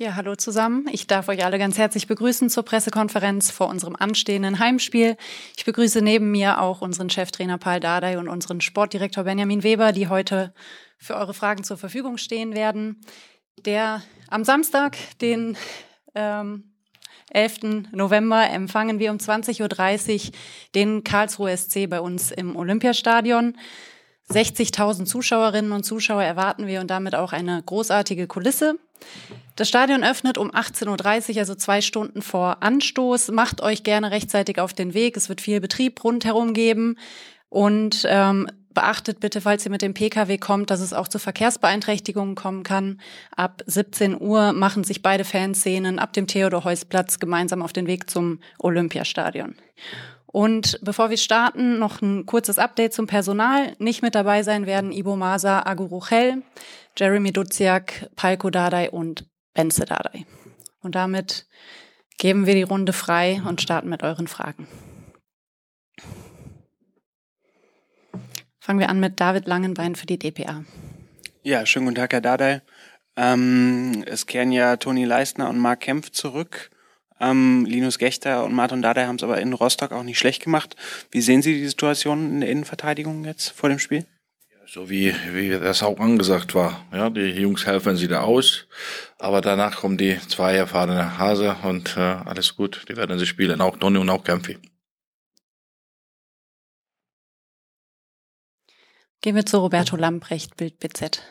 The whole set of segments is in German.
Ja, hallo zusammen. Ich darf euch alle ganz herzlich begrüßen zur Pressekonferenz vor unserem anstehenden Heimspiel. Ich begrüße neben mir auch unseren Cheftrainer Paul Dardai und unseren Sportdirektor Benjamin Weber, die heute für eure Fragen zur Verfügung stehen werden. Am Samstag, den 11. November, empfangen wir um 20.30 Uhr den Karlsruhe SC bei uns im Olympiastadion. 60.000 Zuschauerinnen und Zuschauer erwarten wir und damit auch eine großartige Kulisse. Das Stadion öffnet um 18.30 Uhr, also 2 Stunden vor Anstoß. Macht euch gerne rechtzeitig auf den Weg. Es wird viel Betrieb rundherum geben. Und beachtet bitte, falls ihr mit dem Pkw kommt, dass es auch zu Verkehrsbeeinträchtigungen kommen kann. Ab 17 Uhr machen sich beide Fanszenen ab dem Theodor-Heuss-Platz gemeinsam auf den Weg zum Olympiastadion. Und bevor wir starten, noch ein kurzes Update zum Personal. Nicht mit dabei sein werden Ibo Masa, Aguruchel, Jeremy Duziak, Palko Dardai und Benze Dardai. Und damit geben wir die Runde frei und starten mit euren Fragen. Fangen wir an mit David Langenbein für die dpa. Ja, schönen guten Tag, Herr Dardai. Es kehren ja Toni Leistner und Marc Kempf zurück. Linus Gächter und Martin Dardai haben es aber in Rostock auch nicht schlecht gemacht. Wie sehen Sie die Situation in der Innenverteidigung jetzt vor dem Spiel? So wie das auch angesagt war. Ja, die Jungs helfen sie da aus, aber danach kommen die 2 erfahrene Hase und alles gut. Die werden sie spielen, auch Toni und auch Kempfi. Gehen wir zu Roberto Lamprecht, Bild BZ.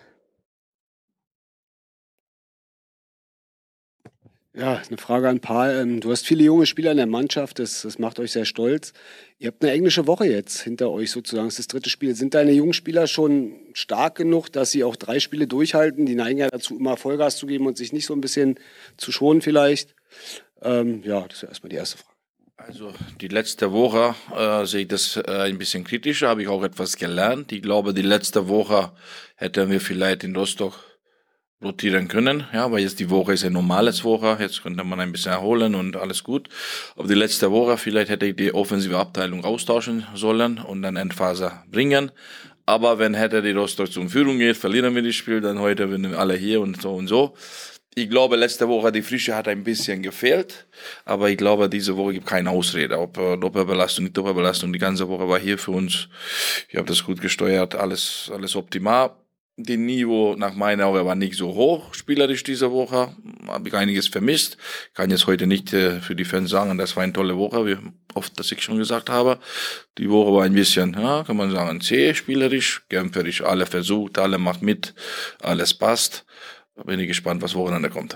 Ja, eine Frage an Paul. Du hast viele junge Spieler in der Mannschaft, das macht euch sehr stolz. Ihr habt eine englische Woche jetzt hinter euch sozusagen, das ist das 3. Spiel. Sind deine jungen Spieler schon stark genug, dass sie auch 3 Spiele durchhalten? Die neigen ja dazu, immer Vollgas zu geben und sich nicht so ein bisschen zu schonen vielleicht. Ja, das ist erstmal die erste Frage. Also die letzte Woche sehe ich das ein bisschen kritischer, habe ich auch etwas gelernt. Ich glaube, die letzte Woche hätten wir vielleicht in Rostock rotieren können, ja, weil jetzt die Woche ist eine normales Woche, jetzt könnte man ein bisschen erholen und alles gut. Aber die letzte Woche, vielleicht hätte ich die offensive Abteilung austauschen sollen und dann Endphase bringen. Aber wenn hätte die Rostock zur Führung geht, verlieren wir das Spiel, dann heute sind wir alle hier und so und so. Ich glaube, letzte Woche die Frische hat ein bisschen gefehlt, aber ich glaube, diese Woche gibt keine Ausrede, ob Doppelbelastung, nicht Doppelbelastung, die ganze Woche war hier für uns. Ich habe das gut gesteuert, alles optimal. Die Niveau nach meiner Augen war nicht so hoch spielerisch diese Woche, habe ich einiges vermisst. Ich kann jetzt heute nicht für die Fans sagen, das war eine tolle Woche, wie oft das ich schon gesagt habe. Die Woche war ein bisschen, ja, kann man sagen, zäh spielerisch, kämpferisch, alle versucht, alle macht mit, alles passt. Da bin ich gespannt, was Wochenende kommt.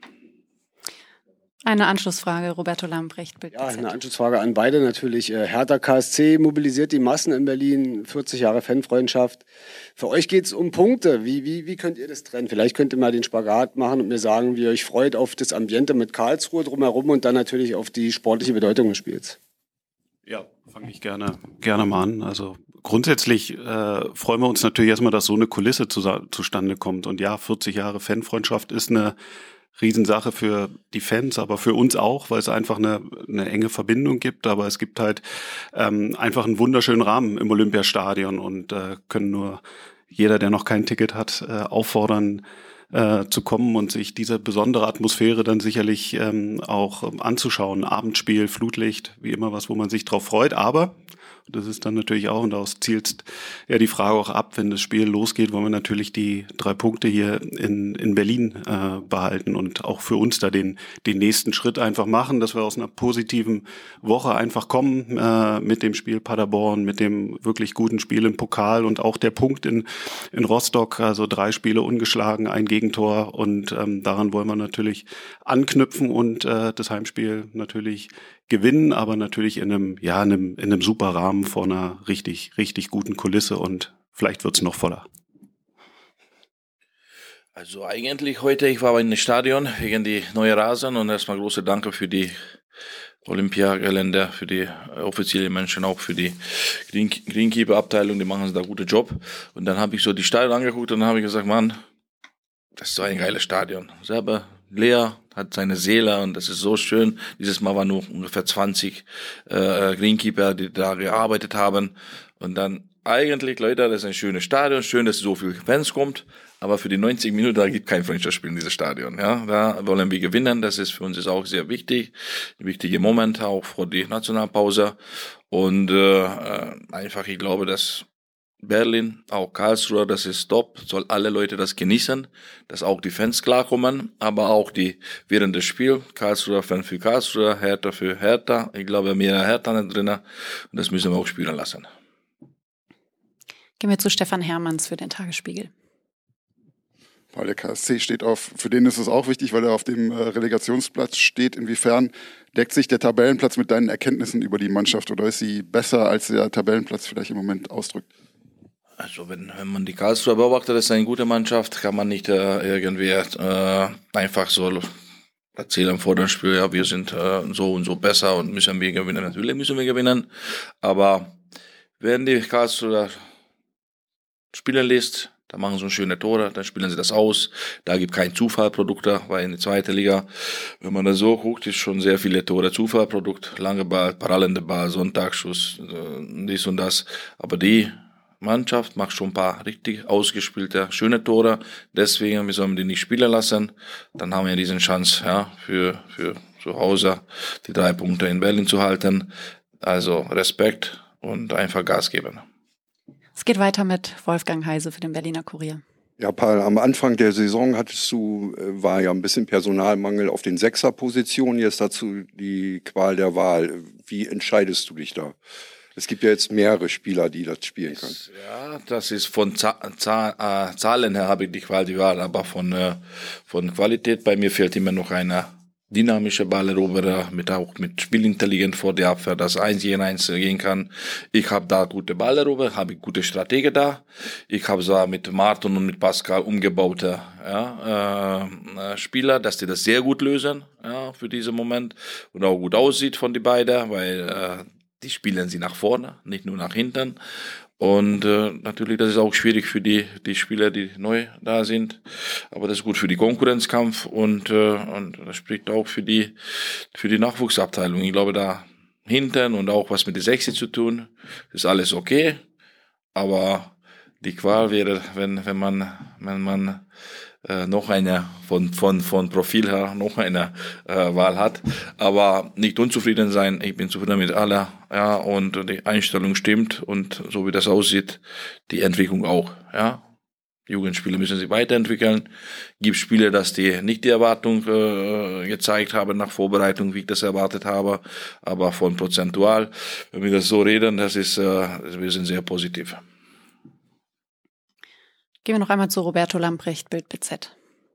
Eine Anschlussfrage, Roberto Lamprecht, Bild. Ja, eine Anschlussfrage an beide natürlich. Hertha KSC mobilisiert die Massen in Berlin, 40 Jahre Fanfreundschaft. Für euch geht es um Punkte. Wie könnt ihr das trennen? Vielleicht könnt ihr mal den Spagat machen und mir sagen, wie ihr euch freut auf das Ambiente mit Karlsruhe drumherum und dann natürlich auf die sportliche Bedeutung des Spiels. Ja, fange ich gerne mal an. Also grundsätzlich freuen wir uns natürlich erstmal, dass so eine Kulisse zustande kommt. Und ja, 40 Jahre Fanfreundschaft ist eine Riesensache für die Fans, aber für uns auch, weil es einfach eine enge Verbindung gibt. Aber es gibt halt einfach einen wunderschönen Rahmen im Olympiastadion und können nur jeder, der noch kein Ticket hat, auffordern, zu kommen und sich diese besondere Atmosphäre dann sicherlich auch anzuschauen. Abendspiel, Flutlicht, wie immer was, wo man sich drauf freut. Aber das ist dann natürlich auch, und daraus zielt ja die Frage auch ab, wenn das Spiel losgeht, wollen wir natürlich die 3 Punkte hier in Berlin behalten und auch für uns da den nächsten Schritt einfach machen, dass wir aus einer positiven Woche einfach kommen mit dem Spiel Paderborn, mit dem wirklich guten Spiel im Pokal und auch der Punkt in Rostock, also 3 Spiele ungeschlagen, ein Gegentor und daran wollen wir natürlich anknüpfen und das Heimspiel natürlich gewinnen, aber natürlich in einem super Rahmen vor einer richtig, richtig guten Kulisse und vielleicht wird's noch voller. Also eigentlich heute, ich war in dem Stadion wegen die neue Rasen und erstmal große Danke für die Olympiagelände, für die offiziellen Menschen, auch für die Greenkeeper-Abteilung, die machen da guten Job. Und dann habe ich so die Stadion angeguckt und dann habe ich gesagt, Mann, das ist so ein geiles Stadion. Selber leer, hat seine Seele und das ist so schön. Dieses Mal waren nur ungefähr 20 Greenkeeper, die da gearbeitet haben. Und dann eigentlich, Leute, das ist ein schönes Stadion, schön, dass so viele Fans kommt, aber für die 90 Minuten, da gibt kein Freundschaftsspiel in diesem Stadion, ja. Da wollen wir gewinnen, das ist für uns auch sehr wichtig, ein wichtiger Moment auch vor die Nationalpause und einfach, ich glaube, dass Berlin, auch Karlsruhe, das ist top, soll alle Leute das genießen, dass auch die Fans klarkommen, aber auch die während des Spiels, Karlsruher Fan für Karlsruhe, Hertha für Hertha, ich glaube mehr Hertha drin und das müssen wir auch spielen lassen. Gehen wir zu Stefan Hermanns für den Tagesspiegel. Weil der KSC steht für den ist es auch wichtig, weil er auf dem Relegationsplatz steht. Inwiefern deckt sich der Tabellenplatz mit deinen Erkenntnissen über die Mannschaft oder ist sie besser, als der Tabellenplatz vielleicht im Moment ausdrückt? Also wenn man die Karlsruhe beobachtet, das ist eine gute Mannschaft, kann man nicht irgendwie einfach so erzählen vor dem Spiel, ja, wir sind so und so besser und müssen wir gewinnen. Natürlich müssen wir gewinnen, aber wenn die Karlsruhe spielen lässt, dann machen sie so schöne Tore, dann spielen sie das aus. Da gibt kein Zufallprodukte, weil in der zweiten Liga, wenn man da so guckt, ist schon sehr viele Tore Zufallprodukt, lange Ball, prallende Ball, Sonntagsschuss, dies und das. Aber die Mannschaft macht schon ein paar richtig ausgespielte, schöne Tore. Deswegen, wir sollen die nicht spielen lassen. Dann haben wir diese Chance, ja, für zu Hause die 3 Punkte in Berlin zu halten. Also Respekt und einfach Gas geben. Es geht weiter mit Wolfgang Heise für den Berliner Kurier. Ja, Paul, am Anfang der Saison war ja ein bisschen Personalmangel auf den Sechserpositionen. Jetzt dazu die Qual der Wahl. Wie entscheidest du dich da? Es gibt ja jetzt mehrere Spieler, die das spielen können. Ja, das ist von Zahlen her habe ich die Qual der Wahl, aber von Qualität bei mir fehlt immer noch eine dynamische Balleroberer auch mit Spielintelligenz vor der Abwehr, dass 1 gegen 1 gehen kann. Ich habe da gute Balleroberer, habe ich gute Strategen da. Ich habe so mit Martin und mit Pascal umgebaute Spieler, dass die das sehr gut lösen, ja, für diesen Moment und auch gut aussieht von die beiden, weil die spielen sie nach vorne, nicht nur nach hinten. Und natürlich, das ist auch schwierig für die Spieler, die neu da sind. Aber das ist gut für die Konkurrenzkampf und das spricht auch für die Nachwuchsabteilung. Ich glaube, da hinten und auch was mit der 60 zu tun, ist alles okay. Aber die Qual wäre, wenn man noch eine von Profil her noch eine Wahl hat, aber nicht unzufrieden sein. Ich bin zufrieden mit aller, ja, und die Einstellung stimmt und so wie das aussieht, die Entwicklung auch, ja. Jugendspieler müssen sich weiterentwickeln. Gibt Spiele, dass die nicht die Erwartung gezeigt haben nach Vorbereitung, wie ich das erwartet habe, aber von prozentual, wenn wir das so reden, wir sind sehr positiv. Gehen wir noch einmal zu Roberto Lamprecht, Bild BZ.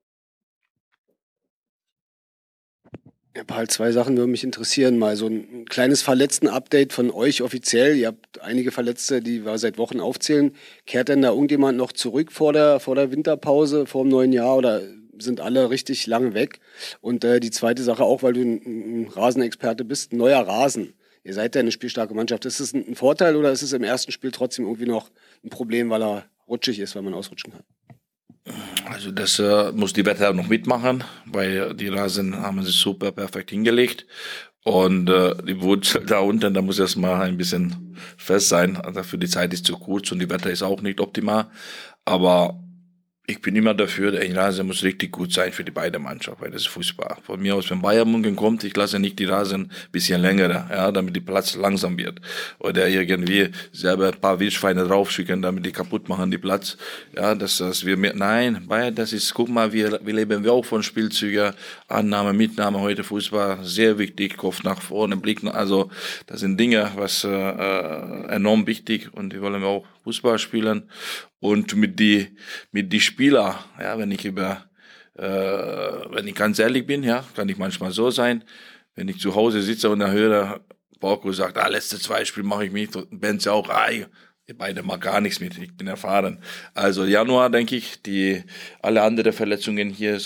Ja, Paul, 2 Sachen würden mich interessieren. Mal so ein kleines Verletzten-Update von euch offiziell. Ihr habt einige Verletzte, die wir seit Wochen aufzählen. Kehrt denn da irgendjemand noch zurück vor der Winterpause, vor dem neuen Jahr oder sind alle richtig lange weg? Und die zweite Sache auch, weil du ein Rasenexperte bist, ein neuer Rasen. Ihr seid ja eine spielstarke Mannschaft. Ist es ein Vorteil oder ist es im ersten Spiel trotzdem irgendwie noch ein Problem, weil er rutschig ist, weil man ausrutschen kann? Also das muss die Wetter noch mitmachen, weil die Rasen haben sich super perfekt hingelegt und die Wurzel da unten, da muss erstmal ein bisschen fest sein. Also für die Zeit ist zu kurz und die Wetter ist auch nicht optimal, aber ich bin immer dafür, der Rasen muss richtig gut sein für die beiden Mannschaften, weil das ist Fußball. Von mir aus, wenn Bayern München kommt, ich lasse nicht die Rasen ein bisschen länger, ja, damit die Platz langsam wird. Oder irgendwie selber ein paar Wildschweine draufschicken, damit die kaputt machen, die Platz. Ja, dass wir nein, Bayern, das ist, guck mal, wir leben auch von Spielzügen, Annahme, Mitnahme, heute Fußball, sehr wichtig, Kopf nach vorne, Blick, also, das sind Dinge, was, enorm wichtig und die wollen wir auch Fußball spielen. Und mit die Spieler, ja, wenn ich ganz ehrlich bin, ja, kann ich manchmal so sein, wenn ich zu Hause sitze und dann höre, Borko sagt, letzte 2 Spiele mache ich mit, und Benz auch, ihr beide mag gar nichts mit, ich bin erfahren. Also Januar, denke ich, alle anderen Verletzungen hier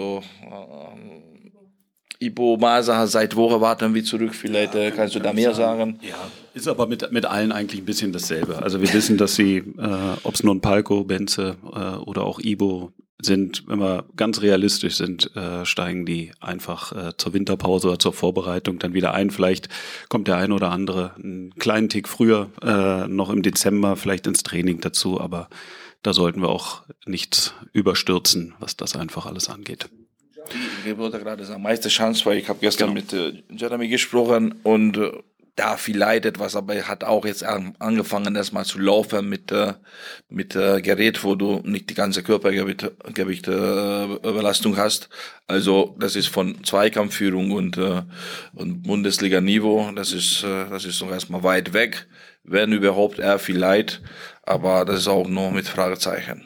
Ibo, Masa, seit Woche warten wir zurück, vielleicht kannst du da mehr sagen. Ja, ist aber mit allen eigentlich ein bisschen dasselbe. Also wir wissen, dass sie, ob es nun Palko, Benze oder auch Ibo, sind, wenn wir ganz realistisch sind, steigen die einfach zur Winterpause oder zur Vorbereitung dann wieder ein. Vielleicht kommt der ein oder andere einen kleinen Tick früher, noch im Dezember, vielleicht ins Training dazu, aber da sollten wir auch nichts überstürzen, was das einfach alles angeht. Ich wollte gerade sagen, meiste Chance, weil ich habe gestern mit Jeremy gesprochen und da vielleicht etwas, aber er hat auch jetzt angefangen erstmal zu laufen mit Gerät, wo du nicht die ganze Körpergewichtbelastung hast. Also das ist von Zweikampfführung und Bundesliga-Niveau, das ist noch erstmal weit weg, wenn überhaupt er vielleicht, aber das ist auch nur mit Fragezeichen.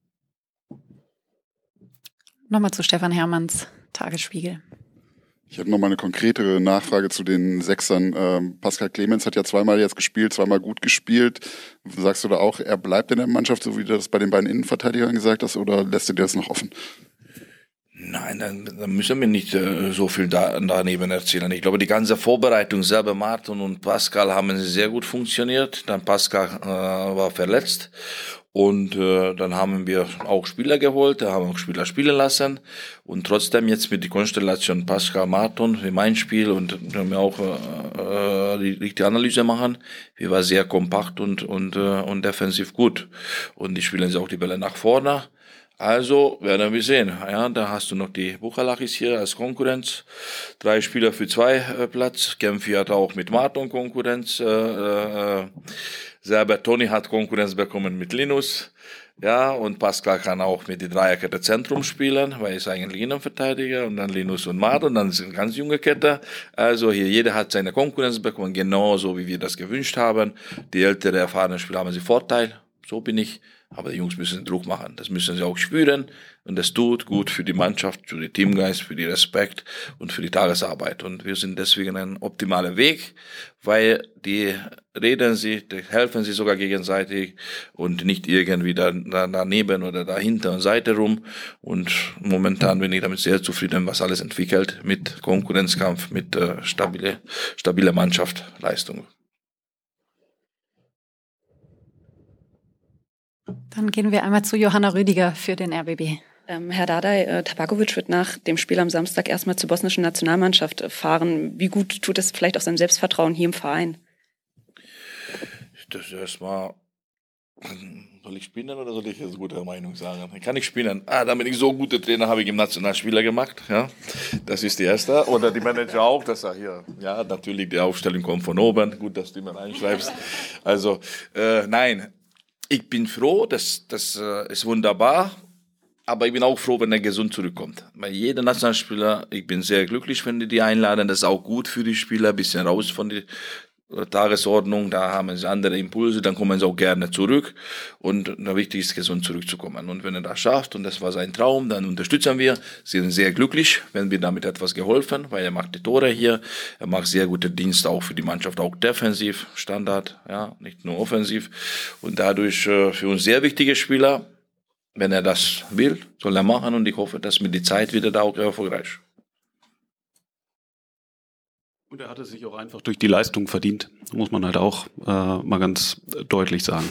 Nochmal zu Stefan Hermanns Tagesspiegel. Ich habe noch mal eine konkretere Nachfrage zu den Sechsern. Pascal Clemens hat ja zweimal jetzt gespielt, zweimal gut gespielt. Sagst du da auch, er bleibt in der Mannschaft, so wie du das bei den beiden Innenverteidigern gesagt hast, oder lässt du dir das noch offen? Nein, dann müssen wir nicht so viel daneben erzählen. Ich glaube, die ganze Vorbereitung selber, Martin und Pascal, haben sehr gut funktioniert. Dann Pascal war verletzt. Und dann haben wir auch Spieler geholt, da haben wir auch Spieler spielen lassen. Und trotzdem jetzt mit der Konstellation Pascal, Martin, wie mein Spiel, und dann wir auch die richtige Analyse machen. Wir waren sehr kompakt und defensiv gut. Und die spielen auch die Bälle nach vorne. Also werden wir sehen. Ja, da hast du noch die Buchalachis hier als Konkurrenz. 3 Spieler für 2 Platz. Genfi hat auch mit Martin Konkurrenz. Selber Toni hat Konkurrenz bekommen mit Linus. Ja, und Pascal kann auch mit die Dreierkette Zentrum spielen, weil er ist eigentlich Innenverteidiger, und dann Linus und Martin, dann ist eine ganz junge Kette. Also hier, jeder hat seine Konkurrenz bekommen, genauso wie wir das gewünscht haben. Die ältere, erfahrenen Spieler haben sie Vorteil. So bin ich. Aber die Jungs müssen Druck machen. Das müssen sie auch spüren. Und das tut gut für die Mannschaft, für den Teamgeist, für den Respekt und für die Tagesarbeit. Und wir sind deswegen ein optimaler Weg, weil die helfen sie sogar gegenseitig und nicht irgendwie daneben oder dahinter und Seite rum. Und momentan bin ich damit sehr zufrieden, was alles entwickelt mit Konkurrenzkampf, mit stabiler Mannschaft, Leistung. Dann gehen wir einmal zu Johanna Rüdiger für den RBB. Herr Dardai, Tabakovic wird nach dem Spiel am Samstag erstmal zur bosnischen Nationalmannschaft fahren. Wie gut tut es vielleicht auch seinem Selbstvertrauen hier im Verein? Das erstmal, soll ich spielen oder soll ich jetzt gute Meinung sagen? Ich kann nicht spielen. Da bin ich so gute Trainer, habe ich im Nationalspieler gemacht. Ja, das ist die erste. Oder die Manager auch, dass er hier, ja, natürlich die Aufstellung kommt von oben. Gut, dass du mir einschreibst. Also, nein. Ich bin froh, das ist wunderbar, aber ich bin auch froh, wenn er gesund zurückkommt. Weil jeder Nationalspieler, ich bin sehr glücklich, wenn die einladen, das ist auch gut für die Spieler, ein bisschen raus von der Tagesordnung, da haben sie andere Impulse, dann kommen sie auch gerne zurück, und wichtig ist, gesund zurückzukommen. Und wenn er das schafft, und das war sein Traum, dann unterstützen wir. Sie sind sehr glücklich, wenn wir damit etwas geholfen, weil er macht die Tore hier, er macht sehr gute Dienste auch für die Mannschaft, auch defensiv, Standard, ja, nicht nur offensiv, und dadurch für uns sehr wichtige Spieler. Wenn er das will, soll er machen, und ich hoffe, dass mit der Zeit wieder da auch erfolgreich. Und er hatte sich auch einfach durch die Leistung verdient, muss man halt auch mal ganz deutlich sagen.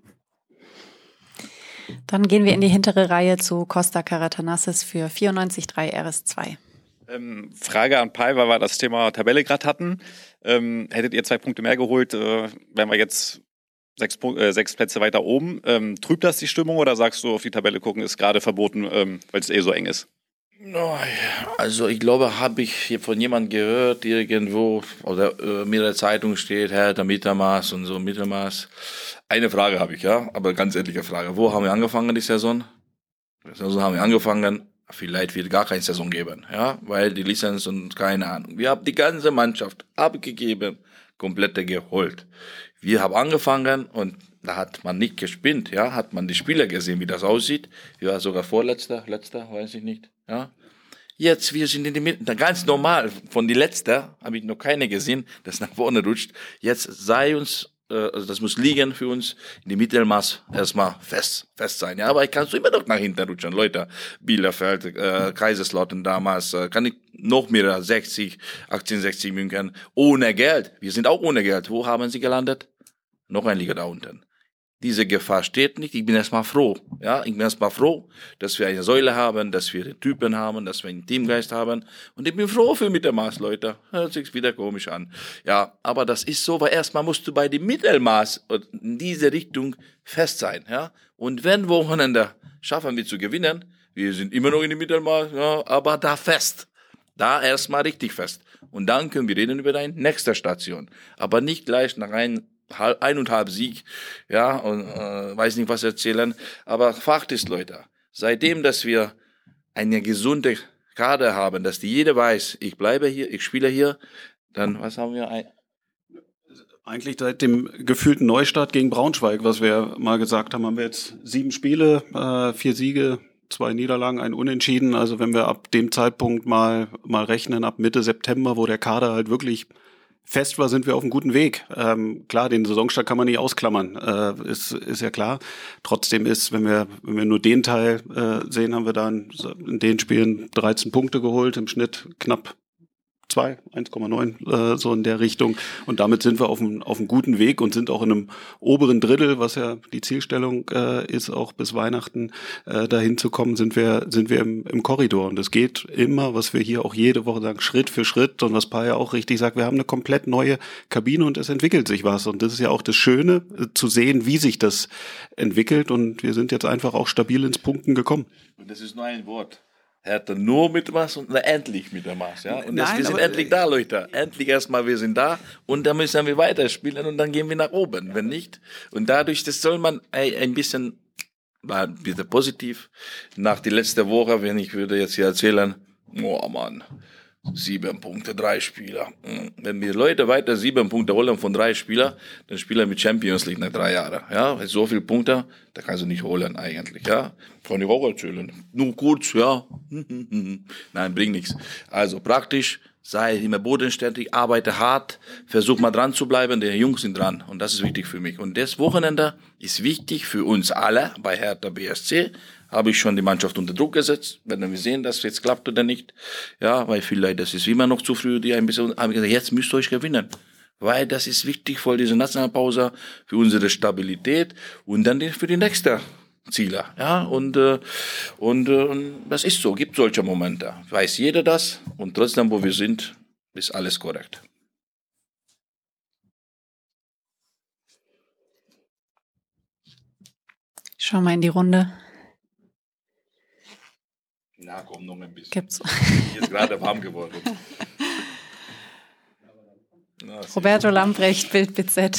Dann gehen wir in die hintere Reihe zu Costa Karatanassis für 94,3 RS2. Frage an Pai, weil wir das Thema Tabelle gerade hatten. Hättet ihr 2 Punkte mehr geholt, wären wir jetzt 6 Plätze weiter oben. Trübt das die Stimmung, oder sagst du, auf die Tabelle gucken ist gerade verboten, weil es so eng ist? Also ich glaube, habe ich hier von jemandem gehört, irgendwo, oder mehrere Zeitungen steht, der Mittelmaß und so, Mittelmaß. Eine Frage habe ich, ja, aber ganz ehrliche Frage. Wo haben wir angefangen, die Saison? Die Saison haben wir angefangen, vielleicht wird gar keine Saison geben, ja, weil die Lizenz und keine Ahnung. Wir haben die ganze Mannschaft abgegeben, komplette geholt. Wir haben angefangen, und da hat man nicht gespinnt, ja, hat man die Spieler gesehen, wie das aussieht. Wir waren sogar letzter, weiß ich nicht, ja. Jetzt, wir sind in die Mitte, ganz normal, von die Letzter habe ich noch keine gesehen, das nach vorne rutscht. Jetzt sei uns, also das muss liegen für uns, in die Mittelmaß erstmal fest sein, ja, aber ich kann so immer noch nach hinten rutschen, Leute, Bielefeld, Kaiserslautern damals, kann ich noch mehr, 1860 München, ohne Geld, wir sind auch ohne Geld, wo haben sie gelandet? Noch ein Liga da unten. Diese Gefahr steht nicht. Ich bin erstmal froh. Ja, ich bin erstmal froh, dass wir eine Säule haben, dass wir den Typen haben, dass wir einen Teamgeist haben. Und ich bin froh für Mittelmaß, Leute. Hört sich wieder komisch an. Ja, aber das ist so, weil erstmal musst du bei dem Mittelmaß in diese Richtung fest sein. Ja, und wenn Wochenende schaffen wir zu gewinnen, wir sind immer noch in dem Mittelmaß, ja, aber da fest. Da erstmal richtig fest. Und dann können wir reden über deine nächste Station. Aber nicht gleich nach eineinhalb Sieg, ja, und weiß nicht was erzählen. Aber Fakt ist, Leute, seitdem, dass wir eine gesunde Kader haben, dass jeder weiß, ich bleibe hier, ich spiele hier, dann, was haben wir? Eigentlich seit dem gefühlten Neustart gegen Braunschweig, was wir mal gesagt haben, haben wir jetzt 7 Spiele, 4 Siege, 2 Niederlagen, ein Unentschieden. Also wenn wir ab dem Zeitpunkt mal rechnen, ab Mitte September, wo der Kader halt wirklich fest war, sind wir auf einem guten Weg. Klar, den Saisonstart kann man nicht ausklammern, ist ja klar. Trotzdem ist, wenn wir nur den Teil sehen, haben wir dann in den Spielen 13 Punkte geholt, im Schnitt knapp 1,9, so in der Richtung. Und damit sind wir auf einem guten Weg und sind auch in einem oberen Drittel, was ja die Zielstellung ist, auch bis Weihnachten dahin zu kommen, sind wir im Korridor. Und es geht immer, was wir hier auch jede Woche sagen, Schritt für Schritt. Und was Paya auch richtig sagt, wir haben eine komplett neue Kabine und es entwickelt sich was. Und das ist ja auch das Schöne, zu sehen, wie sich das entwickelt. Und wir sind jetzt einfach auch stabil ins Punkten gekommen. Und das ist nur ein Wort. Härte nur mit was und endlich mit der Maß, ja. Und Nein, wir sind endlich da, Leute. Endlich erstmal, wir sind da und dann müssen wir weiterspielen und dann gehen wir nach oben. Wenn nicht, und dadurch, das soll man ein bisschen, war bitte positiv, nach die letzte Woche, wenn ich würde jetzt hier erzählen, oh Mann, 7 Punkte, 3 Spieler. Wenn wir Leute weiter 7 Punkte holen von 3 Spielern, dann spielen wir mit Champions League nach 3 Jahren. Ja, weil so viele Punkte, da kannst du nicht holen eigentlich. Ja, kann ich auch erzählen. Nur kurz, ja. Nein, bringt nichts. Also praktisch, sei immer bodenständig, arbeite hart, versuch mal dran zu bleiben. Die Jungs sind dran und das ist wichtig für mich. Und das Wochenende ist wichtig für uns alle bei Hertha BSC. Habe ich schon die Mannschaft unter Druck gesetzt. Werden wir sehen, dass es jetzt klappt oder nicht. Ja, weil vielleicht, das ist immer noch zu früh, die ein bisschen, haben gesagt, jetzt müsst ihr euch gewinnen. Weil das ist wichtig für diese Nationalpause, für unsere Stabilität und dann für die nächste Ziele. Ja, und das ist so, gibt solche Momente. Weiß jeder das und trotzdem, wo wir sind, ist alles korrekt. Schau mal in die Runde. Na komm, noch ein bisschen. Gibt's. Hier ist gerade warm geworden. Roberto Lamprecht, Bild BZ.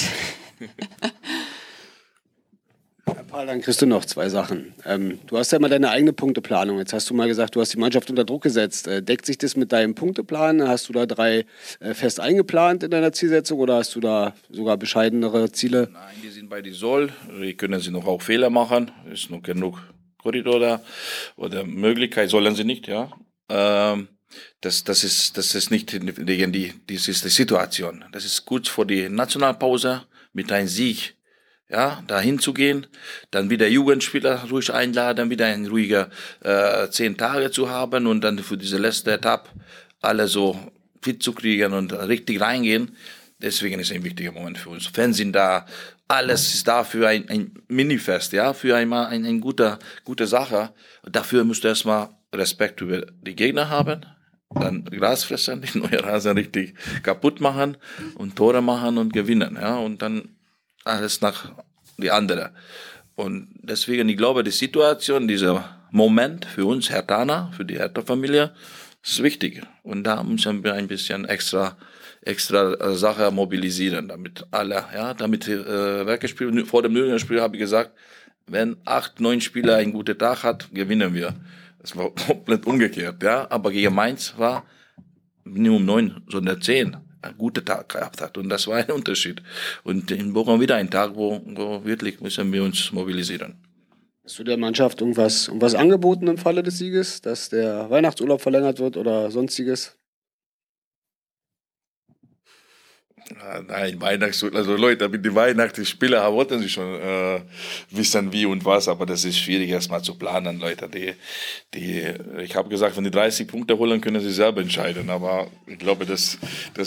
Herr Pahl, dann kriegst du noch 2 Sachen. Du hast ja mal deine eigene Punkteplanung. Jetzt hast du mal gesagt, du hast die Mannschaft unter Druck gesetzt. Deckt sich das mit deinem Punkteplan? Hast du da 3 fest eingeplant in deiner Zielsetzung oder hast du da sogar bescheidenere Ziele? Nein, die sind bei die Soll. Die können sie noch auch Fehler machen. Ist noch genug Korridor da oder Möglichkeit sollen sie nicht, ja. Das ist nicht gegen das ist die Situation. Das ist gut vor die Nationalpause mit einem Sieg, ja, dahin zu gehen, dann wieder Jugendspieler ruhig einladen, wieder ein ruhiger 10 Tage zu haben und dann für diese letzte Etappe alle so fit zu kriegen und richtig reingehen. Deswegen ist es ein wichtiger Moment für uns. Fans sind da, alles ist da für ein Minifest, ja, für einmal eine gute Sache. Dafür musst du erstmal Respekt über die Gegner haben, dann Grasfresser, die neue Rasen richtig kaputt machen und Tore machen und gewinnen, ja, und dann alles nach die andere. Und deswegen, ich glaube, die Situation, dieser Moment für uns Herthaner, für die Hertha-Familie, ist wichtig. Und da müssen wir ein bisschen extra Sache mobilisieren, damit alle, ja, damit weggespielt. Vor dem Nürnberg-Spiel habe ich gesagt, wenn 8, 9 Spieler einen guten Tag hat, gewinnen wir. Das war komplett umgekehrt, ja. Aber gegen Mainz war nicht 9, sondern 10 einen guten Tag gehabt hat. Und das war ein Unterschied. Und in Bochum wieder ein Tag, wo wirklich müssen wir uns mobilisieren. Hast du der Mannschaft irgendwas angeboten im Falle des Sieges, dass der Weihnachtsurlaub verlängert wird oder sonstiges? Nein, also Leute, mit den Weihnachtsspielen wollten sie schon wissen, wie und was, aber das ist schwierig erstmal zu planen, Leute. Ich habe gesagt, wenn die 30 Punkte holen, können sie selber entscheiden, aber ich glaube, das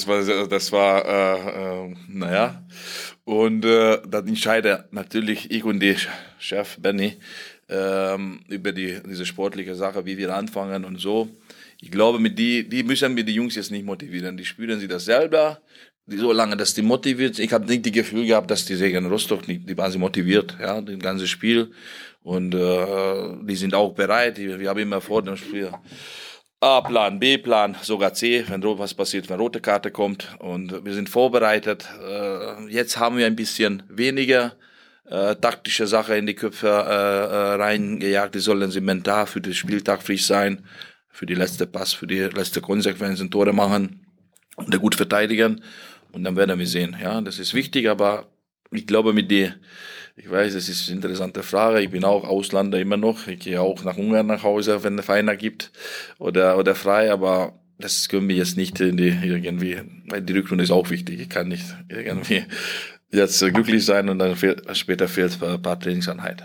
war naja. Und dann entscheide natürlich ich und der Chef Benny über diese sportliche Sache, wie wir anfangen und so. Ich glaube, die müssen wir die Jungs jetzt nicht motivieren. Die spüren sie das selber. Solange dass die motiviert, ich habe nicht das Gefühl gehabt, dass die gegen Rostock nicht, die waren sie motiviert, ja, das ganze Spiel. Und die sind auch bereit. Wir haben immer vor dem Spiel A-Plan, B-Plan, sogar C, wenn was passiert, wenn rote Karte kommt. Und wir sind vorbereitet. Jetzt haben wir ein bisschen weniger taktische Sache in die Köpfe reingejagt. Die sollen sie mental für den Spieltag frisch sein, für die letzte Pass, für die letzte Konsequenzen, Tore machen und gut verteidigen. Und dann werden wir sehen. Ja, das ist wichtig, aber ich glaube ich weiß, es ist eine interessante Frage. Ich bin auch Ausländer immer noch. Ich gehe auch nach Ungarn nach Hause, wenn es Feiner gibt oder frei, aber das können wir jetzt nicht irgendwie, weil die Rückrunde ist auch wichtig. Ich kann nicht irgendwie jetzt glücklich sein und dann später fehlt ein paar Trainingseinheiten.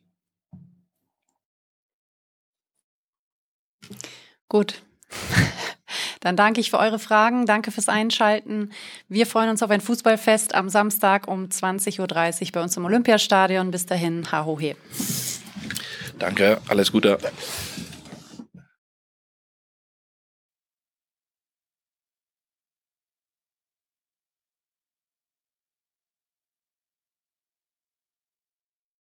Gut. Dann danke ich für eure Fragen, danke fürs Einschalten. Wir freuen uns auf ein Fußballfest am Samstag um 20.30 Uhr bei uns im Olympiastadion. Bis dahin, ha ho he. Danke, alles Gute.